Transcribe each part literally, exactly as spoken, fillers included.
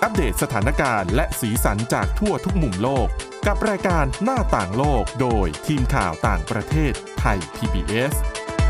อัปเดตสถานการณ์และสีสันจากทั่วทุกมุมโลกกับรายการหน้าต่างโลกโดยทีมข่าวต่างประเทศไทย พี บี เอส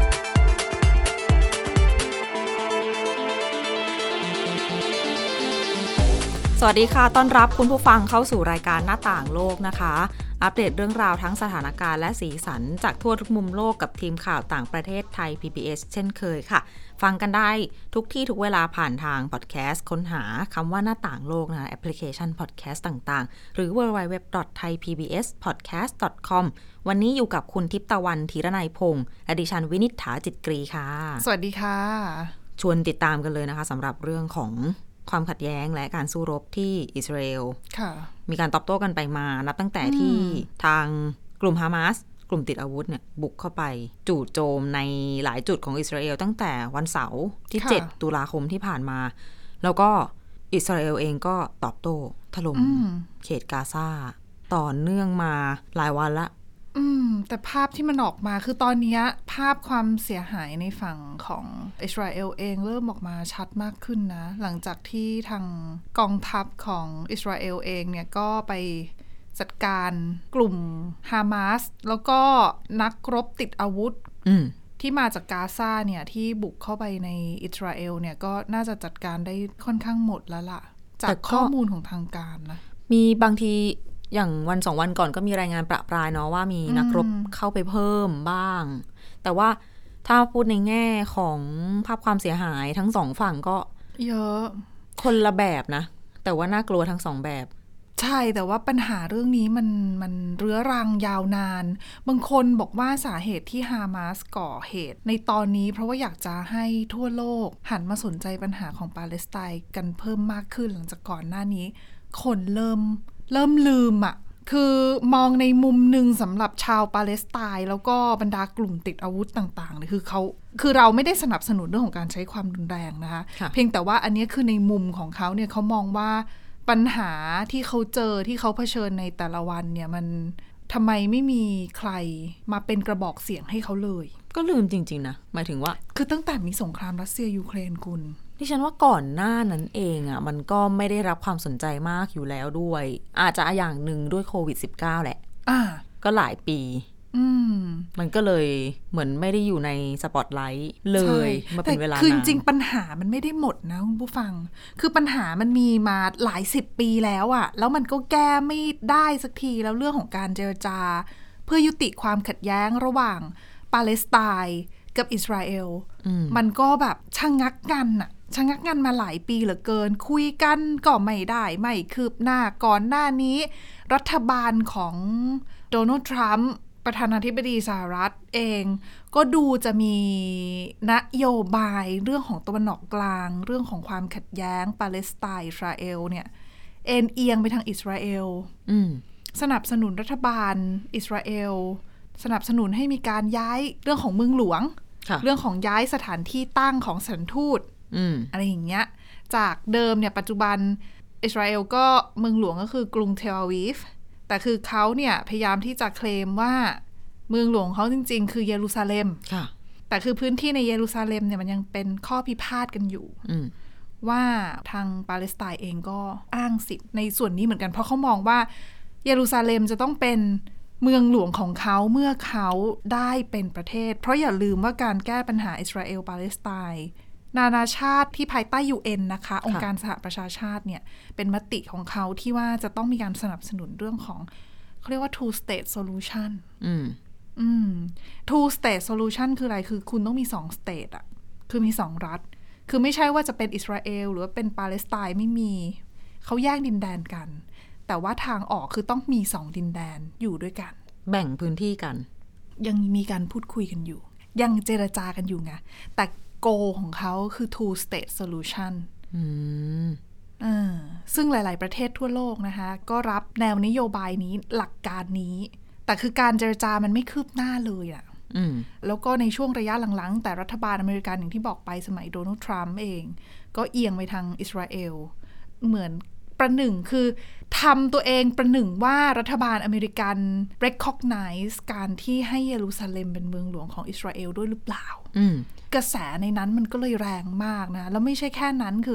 สวัสดีค่ะต้อนรับคุณผู้ฟังเข้าสู่รายการหน้าต่างโลกนะคะอัปเดตเรื่องราวทั้งสถานการณ์และสีสันจากทั่วทุกมุมโลกกับทีมข่าวต่างประเทศไทย พี บี เอส เช่นเคยค่ะฟังกันได้ทุกที่ทุกเวลาผ่านทางพอดแคสต์ค้นหาคำว่าหน้าต่างโลกนะแอปพลิเคชันพอดแคสต์ต่างๆหรือ ดับเบิลยู ดับเบิลยู ดับเบิลยู ดอท ไทย พี บี เอส พอดแคสต์ ดอท คอม วันนี้อยู่กับคุณทิพย์ตะวันธีรนัยพงษ์และดิฉันวินิษฐาจิตกรีค่ะสวัสดีค่ะชวนติดตามกันเลยนะคะสำหรับเรื่องของความขัดแย้งและการสู้รบที่อิสราเอลมีการตอบโต้กันไปมานับตั้งแต่ที่ทางกลุ่มฮามาสกลุ่มติดอาวุธเนี่ยบุกเข้าไปจู่โจมในหลายจุดของอิสราเอลตั้งแต่วันเสาร์ที่เจ็ดตุลาคมที่ผ่านมาแล้วก็อิสราเอลเองก็ตอบโต้ถล่มเขตกาซาต่อเนื่องมาหลายวันละอืมแต่ภาพที่มันออกมาคือตอนนี้ภาพความเสียหายในฝั่งของอิสราเอลเองเริ่มออกมาชัดมากขึ้นนะหลังจากที่ทางกองทัพของอิสราเอลเองเนี่ยก็ไปจัดการกลุ่มฮามาสแล้วก็นักรบติดอาวุธที่มาจากกาซาเนี่ยที่บุกเข้าไปในอิสราเอลเนี่ยก็น่าจะจัดการได้ค่อนข้างหมดแล้วล่ะจากข้อมูลของทางการนะมีบางทีอย่างวันสองวันก่อนก็มีรายงานประปรายเนาะว่ามีนักรบเข้าไปเพิ่มบ้างแต่ว่าถ้าพูดในแง่ของภาพความเสียหายทั้งสองฝั่งก็เยอะคนละแบบนะแต่ว่าน่ากลัวทั้งสองแบบใช่แต่ว่าปัญหาเรื่องนี้มันมันเรื้อรังยาวนานบางคนบอกว่าสาเหตุที่ฮามาสก่อเหตุในตอนนี้เพราะว่าอยากจะให้ทั่วโลกหันมาสนใจปัญหาของปาเลสไตน์กันเพิ่มมากขึ้นหลังจากก่อนหน้านี้คนเริ่มเริ่มลืมอ่ะคือมองในมุมหนึ่งสำหรับชาวปาเลสไตน์แล้วก็บรรดากลุ่มติดอาวุธต่างๆเลยคือเขาคือเราไม่ได้สนับสนุนเรื่องของการใช้ความรุนแรงนะคะเพียงแต่ว่าอันนี้คือในมุมของเขาเนี่ยเขามองว่าปัญหาที่เขาเจอที่เขาเผชิญในแต่ละวันเนี่ยมันทำไมไม่มีใครมาเป็นกระบอกเสียงให้เขาเลยก็ลืมจริงๆนะหมายถึงว่าคือตั้งแต่มีสงครามรัสเซียยูเครนคุณดิฉันว่าก่อนหน้านั้นเองอ่ะมันก็ไม่ได้รับความสนใจมากอยู่แล้วด้วยอาจจะอย่างหนึ่งด้วยโควิด สิบเก้า แหละอ่าก็หลายปีอืมมันก็เลยเหมือนไม่ได้อยู่ในสปอตไลท์เลยมาเป็นเวลานานคือจริงๆปัญหามันไม่ได้หมดนะคุณผู้ฟังคือปัญหามันมีมาหลายสิบปีแล้วอ่ะแล้วมันก็แก้ไม่ได้สักทีแล้วเรื่องของการเจรจาเพื่อยุติความขัดแย้งระหว่างปาเลสไตน์กับอิสราเอลมันก็แบบชะงักกันอะชะงักกันมาหลายปีเหลือเกินคุยกันก็ไม่ได้ไม่คืบหน้าก่อนหน้านี้รัฐบาลของโดนัลด์ทรัมป์ประธานาธิบดีสหรัฐเองก็ดูจะมีนโยบายเรื่องของตะวันออกกลางเรื่องของความขัดแย้งปาเลสไตน์อิสราเอลเนี่ยเอ็นเอียงไปทางอิสราเอลสนับสนุนรัฐบาลอิสราเอลสนับสนุนให้มีการย้ายเรื่องของเมืองหลวงเรื่องของย้ายสถานที่ตั้งของสถานทูต อ, อะไรอย่างเงี้ยจากเดิมเนี่ยปัจจุบันอิสราเอลก็เมืองหลวงก็คือกรุงเทลอาวีฟแต่คือเขาเนี่ยพยายามที่จะเคลมว่าเมืองหลวงเขาจริงๆคือเยรูซาเล็มแต่คือพื้นที่ในเยรูซาเล็มเนี่ยมันยังเป็นข้อพิพาทกันอยู่ว่าทางปาเลสไตน์เองก็อ้างสิทธิ์ในส่วนนี้เหมือนกันเพราะเขามองว่าเยรูซาเล็มจะต้องเป็นเมืองหลวงของเขาเมื่อเขาได้เป็นประเทศเพราะอย่าลืมว่าการแก้ปัญหาอิสราเอลปาเลสไตน์นานาชาติที่ภายใต้ ยู เอ็น นะคะองค์การสหประชาชาติเนี่ยเป็นมติของเขาที่ว่าจะต้องมีการสนับสนุนเรื่องของเขาเรียกว่า two state solution อืมอืม two state solution คืออะไรคือคุณต้องมีสอง state อ่ะคือมีสองรัฐคือไม่ใช่ว่าจะเป็นอิสราเอลหรือว่าเป็นปาเลสไตน์ไม่มีเขาแยกดินแดนกันแต่ว่าทางออกคือต้องมีสองดินแดนอยู่ด้วยกันแบ่งพื้นที่กันยังมีการพูดคุยกันอยู่ยังเจรจากันอยู่ไงแต่โกของเขาคือ two state solution อืมอ่าซึ่งหลายๆประเทศทั่วโลกนะคะก็รับแนวนโยบายนี้หลักการนี้แต่คือการเจรจามันไม่คืบหน้าเลยอ่ะแล้วก็ในช่วงระยะหลังๆแต่รัฐบาลอเมริกันอย่างที่บอกไปสมัยโดนัลด์ทรัมป์เองก็เอียงไปทางอิสราเอลเหมือนประหนึ่งคือทำตัวเองประหนึ่งว่ารัฐบาลอเมริกัน recognize การที่ให้เยรูซาเล็มเป็นเมืองหลวงของอิสราเอลด้วยหรือเปล่ากระแสในนั้นมันก็เลยแรงมากนะแล้วไม่ใช่แค่นั้นคือ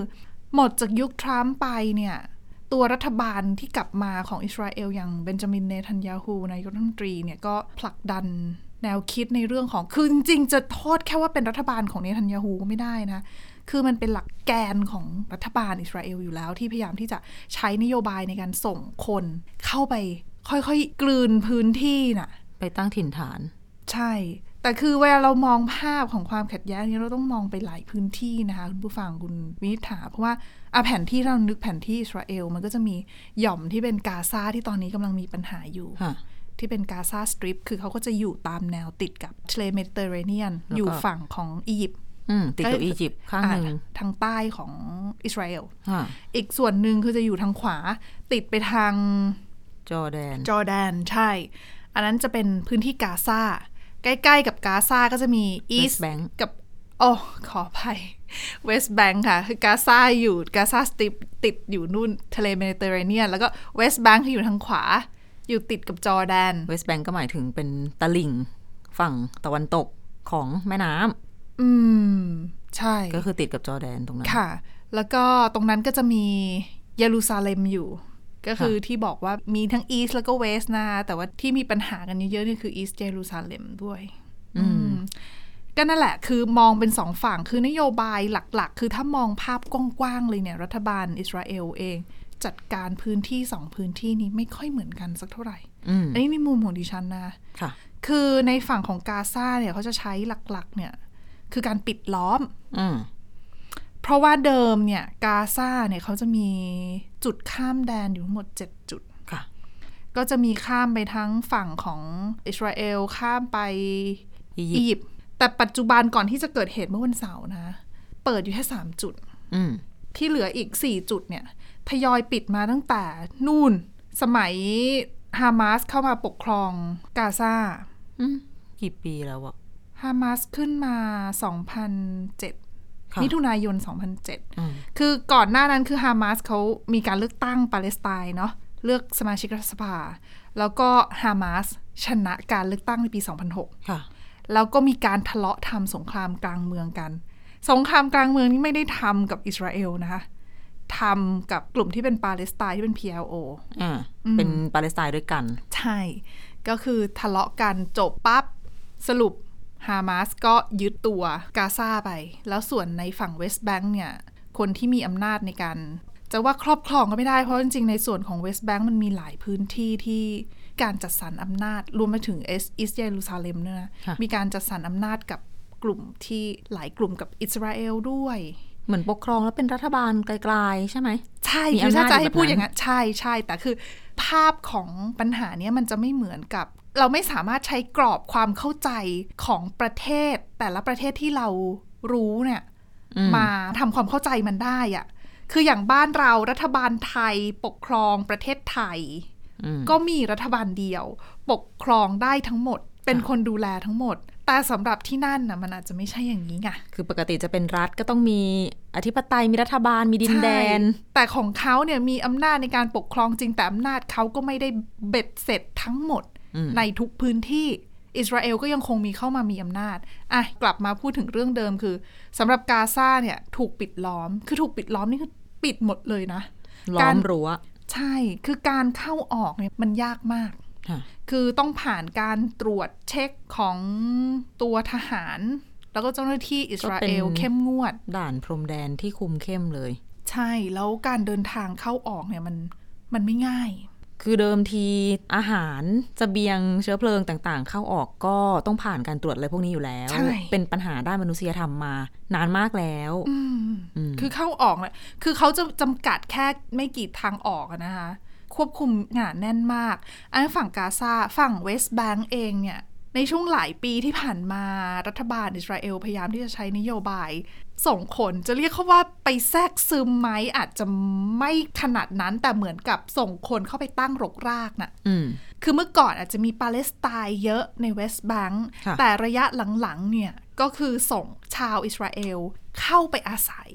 หมดจากยุคทรัมป์ไปเนี่ยตัวรัฐบาลที่กลับมาของอิสราเอลอย่างเบนจามินเนทันยาฮูนายกรัฐมนตรีเนี่ยก็ผลักดันแนวคิดในเรื่องของคือจริงๆจะโทษแค่ว่าเป็นรัฐบาลของเนทันยาฮูก็ไม่ได้นะคือมันเป็นหลักแกนของรัฐบาลอิสราเอลอยู่แล้วที่พยายามที่จะใช้นโยบายในการส่งคนเข้าไปค่อยๆกลืนพื้นที่น่ะไปตั้งถิ่นฐานใช่แต่คือเวลาเรามองภาพของความขัดแย้งนี้เราต้องมองไปหลายพื้นที่นะคะคุณผู้ฟังคุณวินิษฐาเพราะว่าอ่ะแผนที่เรานึกแผนที่อิสราเอลมันก็จะมีหย่อมที่เป็นกาซาที่ตอนนี้กำลังมีปัญหาอยู่ที่เป็นกาซาสตริปคือเขาก็จะอยู่ตามแนวติดกับทะเลเมดิเตอร์เรเนียนอยู่ฝั่งของอียิปต์ติดกับอียิปต์ข้างหนึ่งทางใต้ของอิสราเอลอีกส่วนหนึ่งคือจะอยู่ทางขวาติดไปทางจอร์แดนจอร์แดนใช่อันนั้นจะเป็นพื้นที่กาซาใกล้ๆกับกาซาก็จะมีอีสต์กับโอ้ขออภัยเวสต์แบงค์ค่ะคือกาซาอยู่กาซาสตริปติดอยู่นู่นทะเลเมดิเตอร์เรเนียนแล้วก็เวสต์แบงค์ที่อยู่ทางขวาอยู่ติดกับจอร์แดนเวสต์แบงค์ก็หมายถึงเป็นตลิ่งฝั่งตะวันตกของแม่น้ำอืมใช่ก็คือติดกับจอร์แดนตรงนั้นค่ะแล้วก็ตรงนั้นก็จะมีเยรูซาเล็มอยู่ก็คือที่บอกว่ามีทั้งอีสต์แล้วก็เวสต์นะแต่ว่าที่มีปัญหากันเยอะๆนี่คืออีสต์เยรูซาเล็มด้วยอืมก็นั่นแหละคือมองเป็นสองฝั่งคือนโยบายหลักๆคือถ้ามองภาพกว้างๆเลยเนี่ยรัฐบาลอิสราเอลเองจัดการพื้นที่สองพื้นที่นี้ไม่ค่อยเหมือนกันสักเท่าไหร่อันนี้ในมุมของดิฉันนะค่ะคือในฝั่งของกาซาเนี่ยเขาจะใช้หลักๆเนี่ยคือการปิดล้อมเพราะว่าเดิมเนี่ยกาซาเนี่ยเขาจะมีจุดข้ามแดนอยู่ทั้งหมดเจ็ดจุดค่ะก็จะมีข้ามไปทั้งฝั่งของอิสราเอลข้ามไปอียิปต์แต่ปัจจุบันก่อนที่จะเกิดเหตุเมื่อวันเสาร์นะเปิดอยู่แค่สามจุดที่เหลืออีกสี่จุดเนี่ยทยอยปิดมาตั้งแต่นู่นสมัยฮามาสเข้ามาปกครองกาซากี่ปีแล้วอะฮามาสขึ้นมาสองพันเจ็ดมิถุนายนสองพันเจ็ดคือก่อนหน้านั้นคือฮามาสเขามีการเลือกตั้งปาเลสไตน์เนาะเลือกสมาชิกรัฐสภาแล้วก็ฮามาสชนะการเลือกตั้งในปีสองพันหกค่ะแล้วก็มีการทะเลาะทำสงครามกลางเมืองกันสงครามกลางเมืองนี้ไม่ได้ทำกับอิสราเอลนะคะทำกับกลุ่มที่เป็นปาเลสไตน์ที่เป็น พี แอล โออ่าเป็นปาเลสไตน์ด้วยกันใช่ก็คือทะเลาะกันจบปั๊บสรุปฮามาสก็ยึดตัวกาซาไปแล้วส่วนในฝั่งเวสต์แบงค์เนี่ยคนที่มีอำนาจในการจะว่าครอบครองก็ไม่ได้เพราะจริงๆในส่วนของเวสต์แบงค์มันมีหลายพื้นที่ที่การจัดสรรอำนาจรวมไปถึงอีสต์เยรูซาเล็มด้วยนะมีการจัดสรรอำนาจกับกลุ่มที่หลายกลุ่มกับอิสราเอลด้วยเหมือนปกครองแล้วเป็นรัฐบาลไกลๆใช่ไหมใช่คือถ้าจะให้พูดอย่างนั้นใช่ใช่แต่คือภาพของปัญหานี้มันจะไม่เหมือนกับเราไม่สามารถใช้กรอบความเข้าใจของประเทศแต่ละประเทศที่เรารู้เนี่ยมาทำความเข้าใจมันได้อะคืออย่างบ้านเรารัฐบาลไทยปกครองประเทศไทยก็มีรัฐบาลเดียวปกครองได้ทั้งหมดเป็นคนดูแลทั้งหมดแต่สำหรับที่นั่นนะมันอาจจะไม่ใช่อย่างนี้ไงคือปกติจะเป็นรัฐก็ต้องมีอธิปไตยมีรัฐบาลมีดินแดนแต่ของเขาเนี่ยมีอำนาจในการปกครองจริงแต่อำนาจเขาก็ไม่ได้เบ็ดเสร็จทั้งหมดในทุกพื้นที่อิสราเอลก็ยังคงมีเข้ามามีอำนาจอ่ะกลับมาพูดถึงเรื่องเดิมคือสำหรับกาซาเนี่ยถูกปิดล้อมคือถูกปิดล้อมนี่คือปิดหมดเลยนะล้อมรั้วใช่คือการเข้าออกเนี่ยมันยากมากคือต้องผ่านการตรวจเช็คของตัวทหารแล้วก็เจ้าหน้าที่อิสราเอลเข้มงวดด่านพรมแดนที่คุมเข้มเลยใช่แล้วการเดินทางเข้าออกเนี่ยมันมันไม่ง่ายคือเดิมทีอาหารเสบียงเชื้อเพลิงต่างๆเข้าออกก็ต้องผ่านการตรวจอะไรพวกนี้อยู่แล้วเป็นปัญหาด้านมนุษยธรรมมานานมากแล้วคือเข้าออกเนี่ยคือเขาจะจำกัดแค่ไม่กี่ทางออกนะคะควบคุมหนาแน่นมากอันฝั่งกาซาฝั่งเวสต์แบงก์เองเนี่ยในช่วงหลายปีที่ผ่านมารัฐบาลอิสราเอลพยายามที่จะใช้นโยบายส่งคนจะเรียกเขาว่าไปแทรกซึมไหมอาจจะไม่ขนาดนั้นแต่เหมือนกับส่งคนเข้าไปตั้งรกรากน่ะคือเมื่อก่อนอาจจะมีปาเลสไตน์เยอะในเวสต์แบงก์แต่ระยะหลังๆเนี่ยก็คือส่งชาวอิสราเอลเข้าไปอาศัย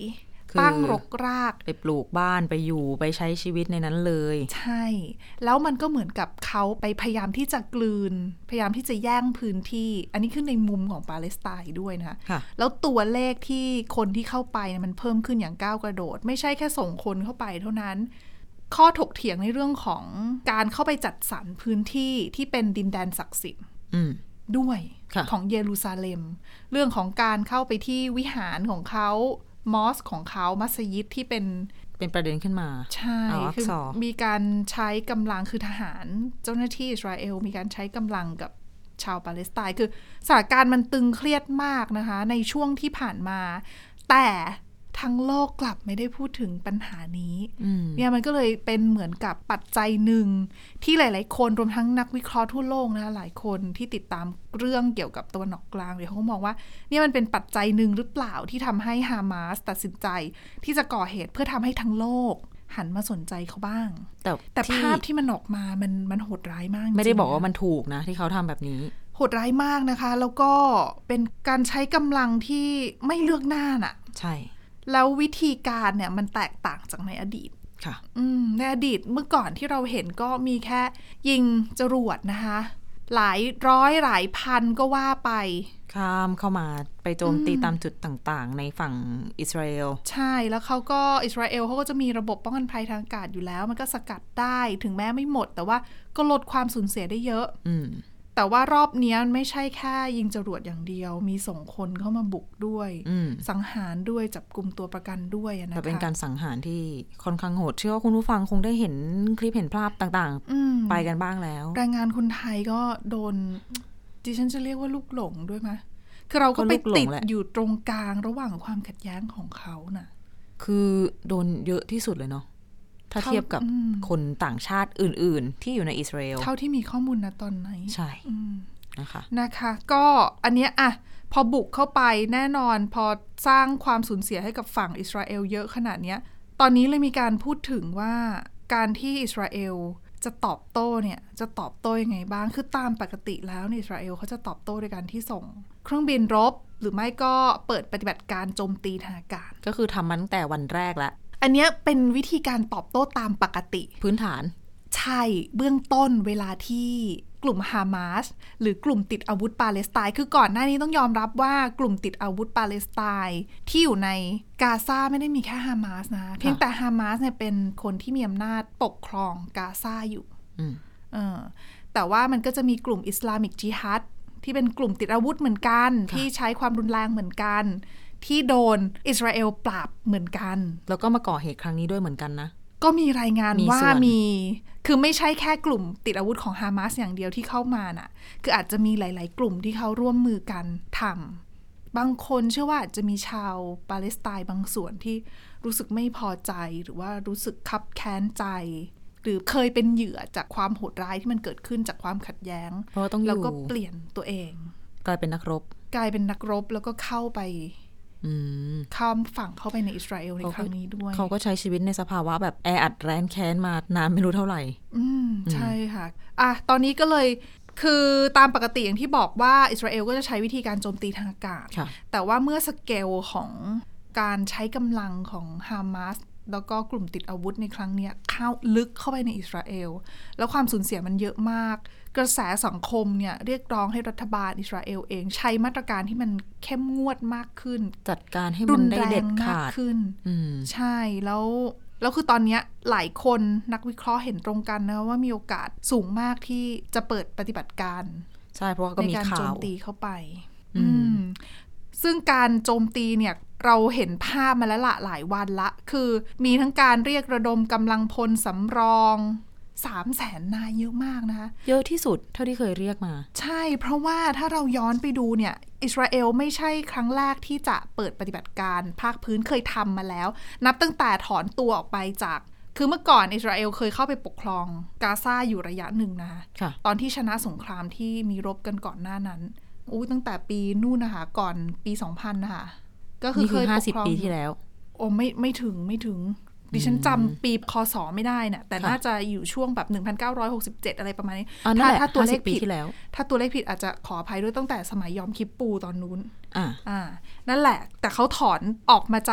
ตั้งรกรากไปปลูกบ้านไปอยู่ไปใช้ชีวิตในนั้นเลยใช่แล้วมันก็เหมือนกับเขาไปพยายามที่จะกลืนพยายามที่จะแย่งพื้นที่อันนี้คือในมุมของปาเลสไตน์ด้วยนะคะแล้วตัวเลขที่คนที่เข้าไปมันเพิ่มขึ้นอย่างก้าวกระโดดไม่ใช่แค่ส่งคนเข้าไปเท่านั้นข้อถกเถียงในเรื่องของการเข้าไปจัดสรรพื้นที่ที่เป็นดินแดนศักดิ์สิทธิ์ด้วยของเยรูซาเล็มเรื่องของการเข้าไปที่วิหารของเขามอสของเขามัสยิดที่เป็นเป็นประเด็นขึ้นมาใช่คือมีการใช้กำลังคือทหารเจ้าหน้าที่อิสราเอลมีการใช้กำลังกับชาวปาเลสไตน์คือสถานการณ์มันตึงเครียดมากนะคะในช่วงที่ผ่านมาแต่ทั้งโลกกลับไม่ได้พูดถึงปัญหานี้เนี่ยมันก็เลยเป็นเหมือนกับปัจจัยหนึ่งที่หลายๆคนรวมทั้งนักวิเคราะห์ทั่วโลกนะหลายคนที่ติดตามเรื่องเกี่ยวกับตะวันออกกลางเนี่ยเขาก็มองว่าเนี่ยมันเป็นปัจจัยหนึ่งหรือเปล่าที่ทำให้ฮามาสตัดสินใจที่จะก่อเหตุเพื่อทำให้ทั้งโลกหันมาสนใจเขาบ้างแต่แต่ภาพที่มันออกมามันมันโหดร้ายมากไม่ได้บอกว่ามันถูกนะที่เขาทำแบบนี้โหดร้ายมากนะคะแล้วก็เป็นการใช้กำลังที่ไม่เลือกหน้าน่ะใช่แล้ววิธีการเนี่ยมันแตกต่างจากในอดีตค่ะในอดีตเมื่อก่อนที่เราเห็นก็มีแค่ยิงจรวดนะคะหลายร้อยหลายพันก็ว่าไปข้ามเข้ามาไปโจมตีตามจุดต่างๆในฝั่งอิสราเอลใช่แล้วเขาก็อิสราเอลเขาก็จะมีระบบป้องกันภัยทางอากาศอยู่แล้วมันก็สกัดได้ถึงแม้ไม่หมดแต่ว่าก็ลดความสูญเสียได้เยอะแต่ว่ารอบนี้มันไม่ใช่แค่ยิงจรวดอย่างเดียวมีส่งคนเข้ามาบุกด้วยสังหารด้วยจับกุมตัวประกันด้วยนะคะแต่เป็นการสังหารที่ค่อนข้างโหดเชื่อว่าคุณผู้ฟังคงได้เห็นคลิปเห็นภาพต่างๆไปกันบ้างแล้วแรงงานคนไทยก็โดนดิฉันจะเรียกว่าลูกหลงด้วยไหมคือเราก็ไปติดอยู่ตรงกลางระหว่างความขัดแย้งของเขาน่ะคือโดนเยอะที่สุดเลยเนาะถ้าเทียบกับคนต่างชาติอื่นๆที่อยู่ในอิสราเอลเท่าที่มีข้อมูลนะตอนไหนใช่นะคะนะคะก็อันเนี้ยอะพอบุกเข้าไปแน่นอนพอสร้างความสูญเสียให้กับฝั่งอิสราเอลเยอะขนาดเนี้ยตอนนี้เลยมีการพูดถึงว่าการที่อิสราเอลจะตอบโต้เนี่ยจะตอบโต้ยังไงบ้างคือตามปกติแล้วในอิสราเอลเขาจะตอบโต้ด้วยการที่ส่งเครื่องบินรบหรือไม่ก็เปิดปฏิบัติการโจมตีทางอากาศก็คือทำมาตั้งแต่วันแรกแล้วอันนี้เป็นวิธีการตอบโต้ตามปกติพื้นฐานใช่เบื้องต้นเวลาที่กลุ่มฮามาสหรือกลุ่มติดอาวุธปาเลสไตน์คือก่อนหน้านี้ต้องยอมรับว่ากลุ่มติดอาวุธปาเลสไตน์ที่อยู่ในกาซาไม่ได้มีแค่ฮามาสนะเพียงแต่ฮามาสเนี่ยเป็นคนที่มีอำนาจปกครองกาซาอยู่เออแต่ว่ามันก็จะมีกลุ่มอิสลามิกจิฮัดที่เป็นกลุ่มติดอาวุธเหมือนกันที่ใช้ความรุนแรงเหมือนกันที่โดนอิสราเอลปราบเหมือนกันแล้วก็มาก่อเหตุครั้งนี้ด้วยเหมือนกันนะก็มีรายงานว่ามีคือไม่ใช่แค่กลุ่มติดอาวุธของฮามาสอย่างเดียวที่เข้ามาน่ะคืออาจจะมีหลายๆกลุ่มที่เขาร่วมมือกันทำบางคนเชื่อว่าอาจจะมีชาวปาเลสไตน์บางส่วนที่รู้สึกไม่พอใจหรือว่ารู้สึกคับแค้นใจหรือเคยเป็นเหยื่อจากความโหดร้ายที่มันเกิดขึ้นจากความขัดแย้งแล้วก็เปลี่ยนตัวเองกลายเป็นนักรบกลายเป็นนักรบแล้วก็เข้าไปข้ามฝั่งเข้าไปในอิสราเอลในครั้งนี้ด้วยเขาก็ใช้ชีวิตในสภาวะแบบแออัดแร้นแค้นมานานไม่รู้เท่าไหร่อืมใช่ค่ะอ่ะตอนนี้ก็เลยคือตามปกติอย่างที่บอกว่าอิสราเอลก็จะใช้วิธีการโจมตีทางอากาศแต่ว่าเมื่อสเกลของการใช้กำลังของฮามาสแล้วก็กลุ่มติดอาวุธในครั้งนี้เข้าลึกเข้าไปในอิสราเอลแล้วความสูญเสียมันเยอะมากกระแสสังคมเนี่ยเรียกร้องให้รัฐบาลอิสราเอลเองใช้มาตรการที่มันเข้มงวดมากขึ้นจัดการให้มันได้เด็ดขาดขึ้นใช่แล้วแล้วคือตอนนี้หลายคนนักวิเคราะห์เห็นตรงกันนะว่ามีโอกาสสูงมากที่จะเปิดปฏิบัติการใช่เพราะก็มีข่าวในการโจมตีเข้าไปซึ่งการโจมตีเนี่ยเราเห็นภาพมาแล้วละหลายวันละคือมีทั้งการเรียกระดมกำลังพลสำรองสามแสนนายเยอะมากนะคะเยอะที่สุดเท่าที่เคยเรียกมาใช่เพราะว่าถ้าเราย้อนไปดูเนี่ยอิสราเอลไม่ใช่ครั้งแรกที่จะเปิดปฏิบัติการภาคพื้นเคยทำมาแล้วนับตั้งแต่ถอนตัวออกไปจากคือเมื่อก่อนอิสราเอลเคยเข้าไปปกครองกาซาอยู่ระยะหนึ่งนะคะตอนที่ชนะสงครามที่มีรบกันก่อนหน้านั้นอู้ตั้งแต่ปีนู่นนะคะก่อนปีสองพันนะคะก็คือเคยปกครองปีที่แล้วโอ้ไม่ไม่ถึงไม่ถึงดิฉันจำปีคศไม่ได้น่ะแต่น่าจะอยู่ช่วงแบบหนึ่งพันเก้าร้อยหกสิบเจ็ดอะไรประมาณนี้ถ้าถ้าตัวเลขผิดแล้วถ้าตัวเลขผิดอาจจะขออภัยด้วยตั้งแต่สมัยยอมคิปปูตอนนู้นอ่าอ่านั่นแหละแต่เขาถอนออกมาจาก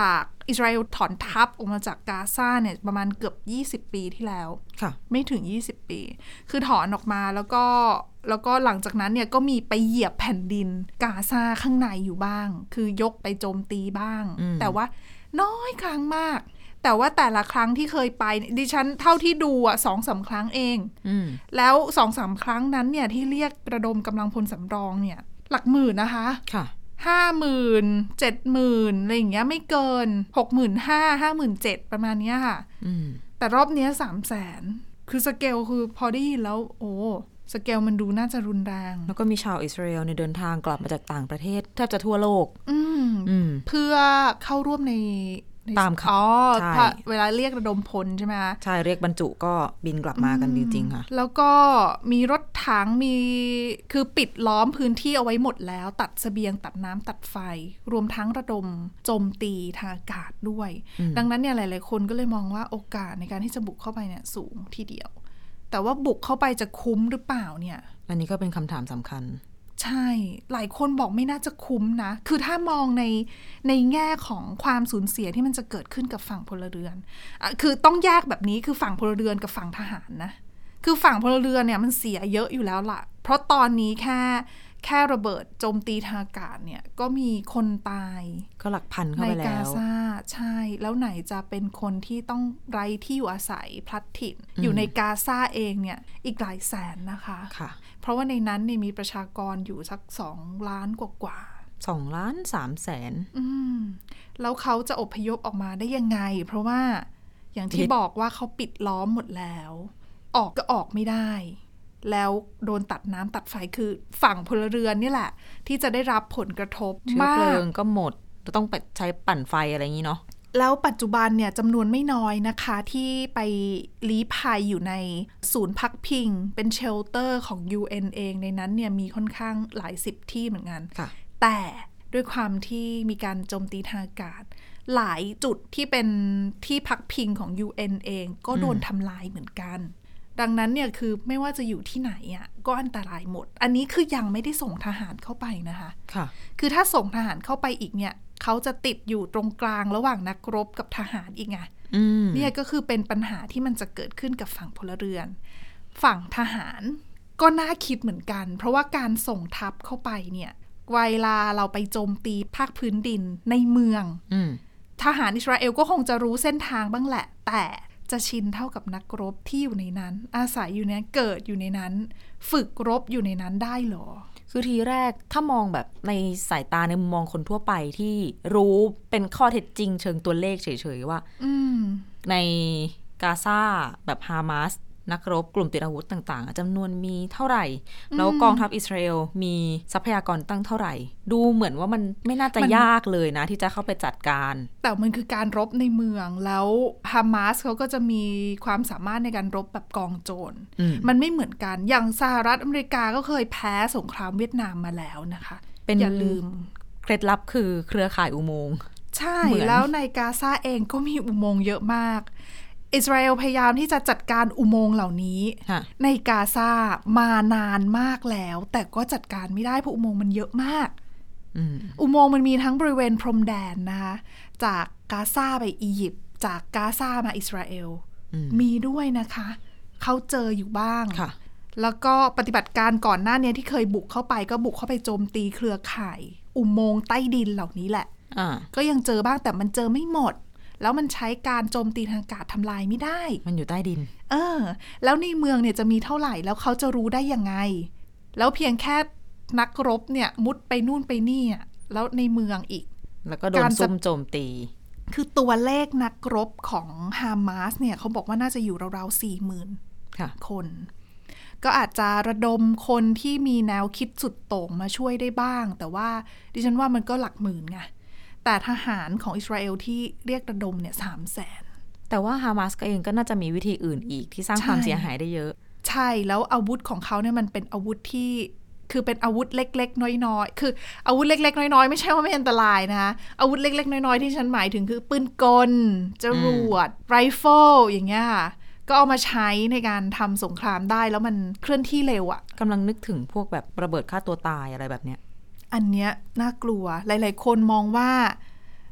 อิสราเอลถอนทัพออกมาจากกาซาเนี่ยประมาณเกือบยี่สิบปีที่แล้วไม่ถึงยี่สิบปีคือถอนออกมาแล้วก็แล้วก็หลังจากนั้นเนี่ยก็มีไปเหยียบแผ่นดินกาซาข้างในอยู่บ้างคือยกไปโจมตีบ้างแต่ว่าน้อยครั้งมากแต่ว่าแต่ละครั้งที่เคยไปดิฉันเท่าที่ดูอ่ะสองสามครั้งเองแล้วสองสามครั้งนั้นเนี่ยที่เรียกระดมกำลังพลสำรองเนี่ยหลักหมื่นนะคะค่ะห้าหมื่นเจ็ดหมื่นอะไรอย่างเงี้ยไม่เกินหกหมื่นห้าห้าหมื่นเจ็ดประมาณเนี้ยค่ะแต่รอบเนี้ยสามแสนคือสเกลคือพอได้ยินแล้วโอ้สเกลมันดูน่าจะรุนแรงแล้วก็มีชาวอิสราเอลในเดินทางกลับมาจากต่างประเทศแทบจะทั่วโลกเพื่อเข้าร่วมในตามค่ะอ๋อเวลาเรียกระดมพลใช่ไหมคะใช่เรียกบรรจุก็บินกลับมากันจริงๆค่ะแล้วก็มีรถถังมีคือปิดล้อมพื้นที่เอาไว้หมดแล้วตัดเสบียงตัดน้ำตัดไฟรวมทั้งระดมโจมตีทางอากาศด้วยดังนั้นเนี่ยหลายๆคนก็เลยมองว่าโอกาสในการที่จะบุกเข้าไปเนี่ยสูงทีเดียวแต่ว่าบุกเข้าไปจะคุ้มหรือเปล่าเนี่ยอันนี้ก็เป็นคำถามสำคัญใช่หลายคนบอกไม่น่าจะคุ้มนะคือถ้ามองในในแง่ของความสูญเสียที่มันจะเกิดขึ้นกับฝั่งพลเรือนอ่ะคือต้องแยกแบบนี้คือฝั่งพลเรือนกับฝั่งทหารนะคือฝั่งพลเรือนเนี่ยมันเสียเยอะอยู่แล้วล่ะเพราะตอนนี้แค่แค่ระเบิดโจมตีทางอากาศเนี่ยก็มีคนตายก็หลักพันเข้าไปแล้วในกาซาใช่แล้วไหนจะเป็นคนที่ต้องไร้ที่อยู่อาศัยพลัดถิ่น อ, อยู่ในกาซาเองเนี่ยอีกหลายแสนนะคะค่ะเพราะว่าในนั้นเนี่ยมีประชากรอยู่สักสองล้านกว่าๆสองล้านสามแสนอืมแล้วเขาจะอพยพออกมาได้ยังไงเพราะว่าอย่างที่บอกว่าเขาปิดล้อมหมดแล้วออกก็ออกไม่ได้แล้วโดนตัดน้ำตัดไฟคือฝั่งพลเรือนนี่แหละที่จะได้รับผลกระทบเชื้อเพลิงก็หมดต้องไปใช้ปั่นไฟอะไรอย่างนี้เนาะแล้วปัจจุบันเนี่ยจำนวนไม่น้อยนะคะที่ไปลี้ภัยอยู่ในศูนย์พักพิงเป็นเชลเตอร์ของ ยู เอ็น เองในนั้นเนี่ยมีค่อนข้างหลายสิบที่เหมือนกันแต่ด้วยความที่มีการโจมตีทางอากาศหลายจุดที่เป็นที่พักพิงของ ยู เอ็น เองก็โดนทำลายเหมือนกันดังนั้นเนี่ยคือไม่ว่าจะอยู่ที่ไหนอ่ะก็อันตรายหมดอันนี้คือยังไม่ได้ส่งทหารเข้าไปนะคะค่ะคือถ้าส่งทหารเข้าไปอีกเนี่ยเขาจะติดอยู่ตรงกลางระหว่างนักรบกับทหารอีกไงเนี่ยก็คือเป็นปัญหาที่มันจะเกิดขึ้นกับฝั่งพลเรือนฝั่งทหารก็น่าคิดเหมือนกันเพราะว่าการส่งทัพเข้าไปเนี่ยเวลาเราไปโจมตีภาคพื้นดินในเมืองทหารอิสราเอลก็คงจะรู้เส้นทางบ้างแหละแต่จะชินเท่ากับนักรบที่อยู่ในนั้นอาศัยอยู่ในเกิดอยู่ในนั้นฝึกรบอยู่ในนั้นได้หรอคือทีแรกถ้ามองแบบในสายตาในมุมมองคนทั่วไปที่รู้เป็นข้อเท็จจริงเชิงตัวเลขเฉยๆว่าในกาซาแบบฮามาสนักรบกลุ่มติดอาวุธต่างๆจำนวนมีเท่าไหร่แล้วกองทัพอิสราเอลมีทรัพยากรตั้งเท่าไหร่ดูเหมือนว่ามันไม่น่าจะยากเลยนะที่จะเข้าไปจัดการแต่มันคือการรบในเมืองแล้วฮามาสเขาก็จะมีความสามารถในการรบแบบกองโจร ม, มันไม่เหมือนกันอย่างสหรัฐอเมริกาก็เคยแพ้สงครามเวียดนามมาแล้วนะคะอย่าลืมเคล็ดลับคือเครือข่ายอุโมงค์ใช่แล้วในกาซาเองก็มีอุโมงค์เยอะมากอิสราเอลพยายามที่จะจัดการอุโมงค์เหล่านี้ในกาซามานานมากแล้วแต่ก็จัดการไม่ได้เพราะอุโมงค์มันเยอะมากอุโมงค์มันมีทั้งบริเวณพรมแดนนะคะจากกาซาไปอียิปต์จากกาซามาอิสราเอลมีด้วยนะคะเขาเจออยู่บ้างแล้วก็ปฏิบัติการก่อนหน้านี้ที่เคยบุกเข้าไปก็บุกเข้าไปโจมตีเครือข่ายอุโมงค์ใต้ดินเหล่านี้แหละก็ยังเจอบ้างแต่มันเจอไม่หมดแล้วมันใช้การโจมตีทางอากาศทำลายไม่ได้มันอยู่ใต้ดินเออแล้วในเมืองเนี่ยจะมีเท่าไหร่แล้วเขาจะรู้ได้ยังไงแล้วเพียงแค่นักรบเนี่ยมุดไปนู่นไปนี่อ่ะแล้วในเมืองอีกแล้วก็โดนซุ่มโจมตีคือตัวเลขนักรบของฮามาสเนี่ยเขาบอกว่าน่าจะอยู่ราวๆ สี่หมื่น คนก็อาจจะระดมคนที่มีแนวคิดสุดโต่งมาช่วยได้บ้างแต่ว่าดิฉันว่ามันก็หลักหมื่นไงแต่ทหารของอิสราเอลที่เรียกระดมเนี่ยสามแสนแต่ว่าฮามาสเองก็น่าจะมีวิธีอื่นอีกที่สร้างความเสียหายได้เยอะใช่แล้วอาวุธของเขาเนี่ยมันเป็นอาวุธที่คือเป็นอาวุธเล็กๆน้อยๆคืออาวุธเล็กๆน้อยๆไม่ใช่ว่าไม่อันตรายนะอาวุธเล็กๆน้อยๆที่ฉันหมายถึงคือปืนกลจรวดไรเฟิลอย่างเงี้ยก็เอามาใช้ในการทำสงครามได้แล้วมันเคลื่อนที่เร็วอ่ะกำลังนึกถึงพวกแบบระเบิดฆ่าตัวตายอะไรแบบเนี้ยอันเนี้ยน่ากลัวหลายๆคนมองว่า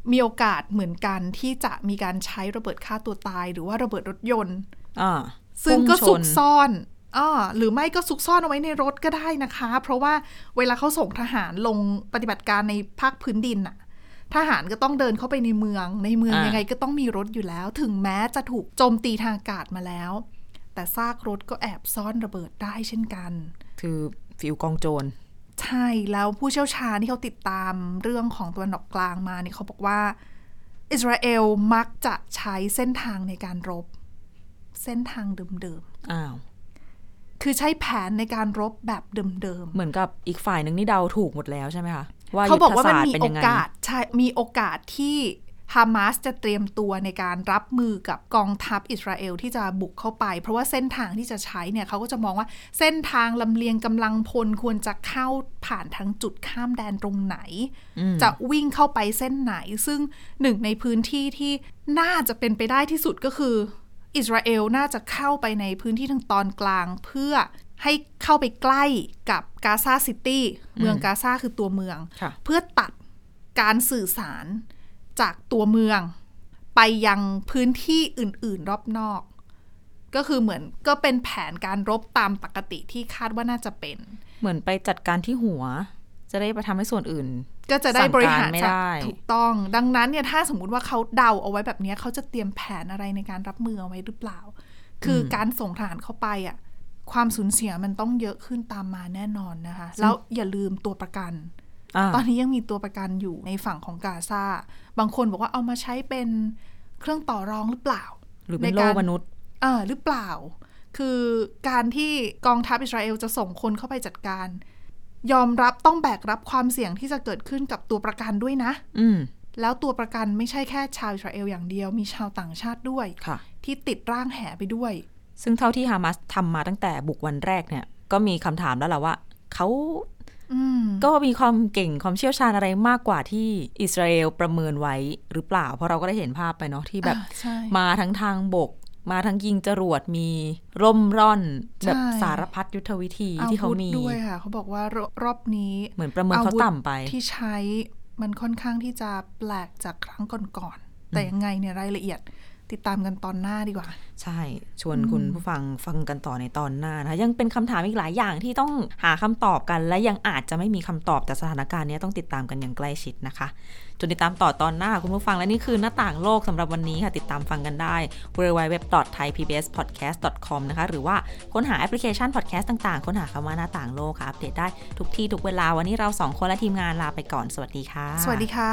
มีโอกาสเหมือนกันที่จะมีการใช้ระเบิดฆ่าตัวตายหรือว่าระเบิดรถยนต์ซึ่งก็ซุกซ่อนอ่าหรือไม่ก็ซุกซ่อนเอาไว้ในรถก็ได้นะคะเพราะว่าเวลาเขาส่งทหารลงปฏิบัติการในภาคพื้นดินน่ะทหารก็ต้องเดินเข้าไปในเมืองในเมืองยังไงก็ต้องมีรถอยู่แล้วถึงแม้จะถูกโจมตีทางอากาศมาแล้วแต่ซากรถก็แอบซ่อนระเบิดได้เช่นกันคือฟิวกองโจรใช่แล้วผู้เชี่ยวชาญที่เขาติดตามเรื่องของตะวันออกกลางมาเนี่ยเขาบอกว่าอิสราเอลมักจะใช้เส้นทางในการรบเส้นทางเดิมๆอ้าวคือใช้แผนในการรบแบบเดิมๆเหมือนกับอีกฝ่ายนึงนี่เดาถูกหมดแล้วใช่ไหมคะว่าเขาบอกว่ามันมีโอกาสใช่มีโอกาสที่ฮามาสจะเตรียมตัวในการรับมือกับกองทัพอิสราเอลที่จะบุกเข้าไปเพราะว่าเส้นทางที่จะใช้เนี่ยเขาก็จะมองว่าเส้นทางลำเลียงกำลังพลควรจะเข้าผ่านทั้งจุดข้ามแดนตรงไหนจะวิ่งเข้าไปเส้นไหนซึ่งหนึ่งในพื้นที่ที่น่าจะเป็นไปได้ที่สุดก็คืออิสราเอลน่าจะเข้าไปในพื้นที่ทางตอนกลางเพื่อให้เข้าไปใกล้กับกาซาซิตี้เมืองกาซาคือตัวเมืองเพื่อตัดการสื่อสารจากตัวเมืองไปยังพื้นที่อื่นๆรอบนอกก็คือเหมือนก็เป็นแผนการรบตามปกติที่คาดว่าน่าจะเป็นเหมือนไปจัดการที่หัวจะได้ไปทำให้ส่วนอื่นก็จะได้บริหารจัดถูกต้องดังนั้นเนี่ยถ้าสมมุติว่าเขาเดาเอาไว้แบบนี้เขาจะเตรียมแผนอะไรในการรับมือเอาไว้หรือเปล่าคือการส่งทหารเข้าไปอ่ะความสูญเสียมันต้องเยอะขึ้นตามมาแน่นอนนะคะแล้วอย่าลืมตัวประกันตอนนี้ยังมีตัวประกันอยู่ในฝั่งของกาซาบางคนบอกว่าเอามาใช้เป็นเครื่องต่อรองหรือเปล่าหรือเป็นโล่มนุษย์เออหรือเปล่าคือการที่กองทัพอิสราเอลจะส่งคนเข้าไปจัดการยอมรับต้องแบกรับความเสี่ยงที่จะเกิดขึ้นกับตัวประกันด้วยนะอืมแล้วตัวประกันไม่ใช่แค่ชาวอิสราเอลอย่างเดียวมีชาวต่างชาติด้วยที่ติดร่างแหไปด้วยซึ่งเท่าที่ฮามาสทำมาตั้งแต่บุกวันแรกเนี่ยก็มีคำถามแล้วแหละว่าเขาก็มีความเก่งความเชี่ยวชาญอะไรมากกว่าที่อิสราเอลประเมินไว้หรือเปล่าเพราะเราก็ได้เห็นภาพไปเนาะที่แบบมาทั้งทางบกมาทั้งยิงจรวดมีร่มร่อนแบบสารพัดยุทธวิธีที่เขามีด้วยค่ะเขาบอกว่ารอบนี้เหมือนประเมินเขาต่ำไปที่ใช้มันค่อนข้างที่จะแปลกจากครั้งก่อนๆแต่ยังไงเนี่ยรายละเอียดติดตามกันตอนหน้าดีกว่าใช่ชวนคุณผู้ฟังฟังกันต่อในตอนหน้านะคะยังเป็นคำถามอีกหลายอย่างที่ต้องหาคำตอบกันและยังอาจจะไม่มีคำตอบแต่สถานการณ์นี้ต้องติดตามกันอย่างใกล้ชิดนะคะจนติดตามต่อตอนหน้าคุณผู้ฟังและนี่คือหน้าต่างโลกสำหรับวันนี้ค่ะติดตามฟังกันได้ ดับเบิลยู ดับเบิลยู ดับเบิลยู ดอท ไทย พี บี เอส พอดแคสต์ ดอท คอม นะคะหรือว่าค้นหาแอปพลิเคชันพอดแคสต์ต่างๆค้นหาคำว่าหน้าต่างโลกค่ะอัปเดตได้ทุกที่ทุกเวลาวันนี้เราสองคนและทีมงานลาไปก่อนสวัสดีค่ะสวัสดีค่ะ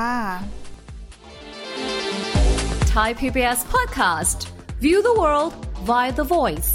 Thai พี บี เอส Podcast View the world via the voice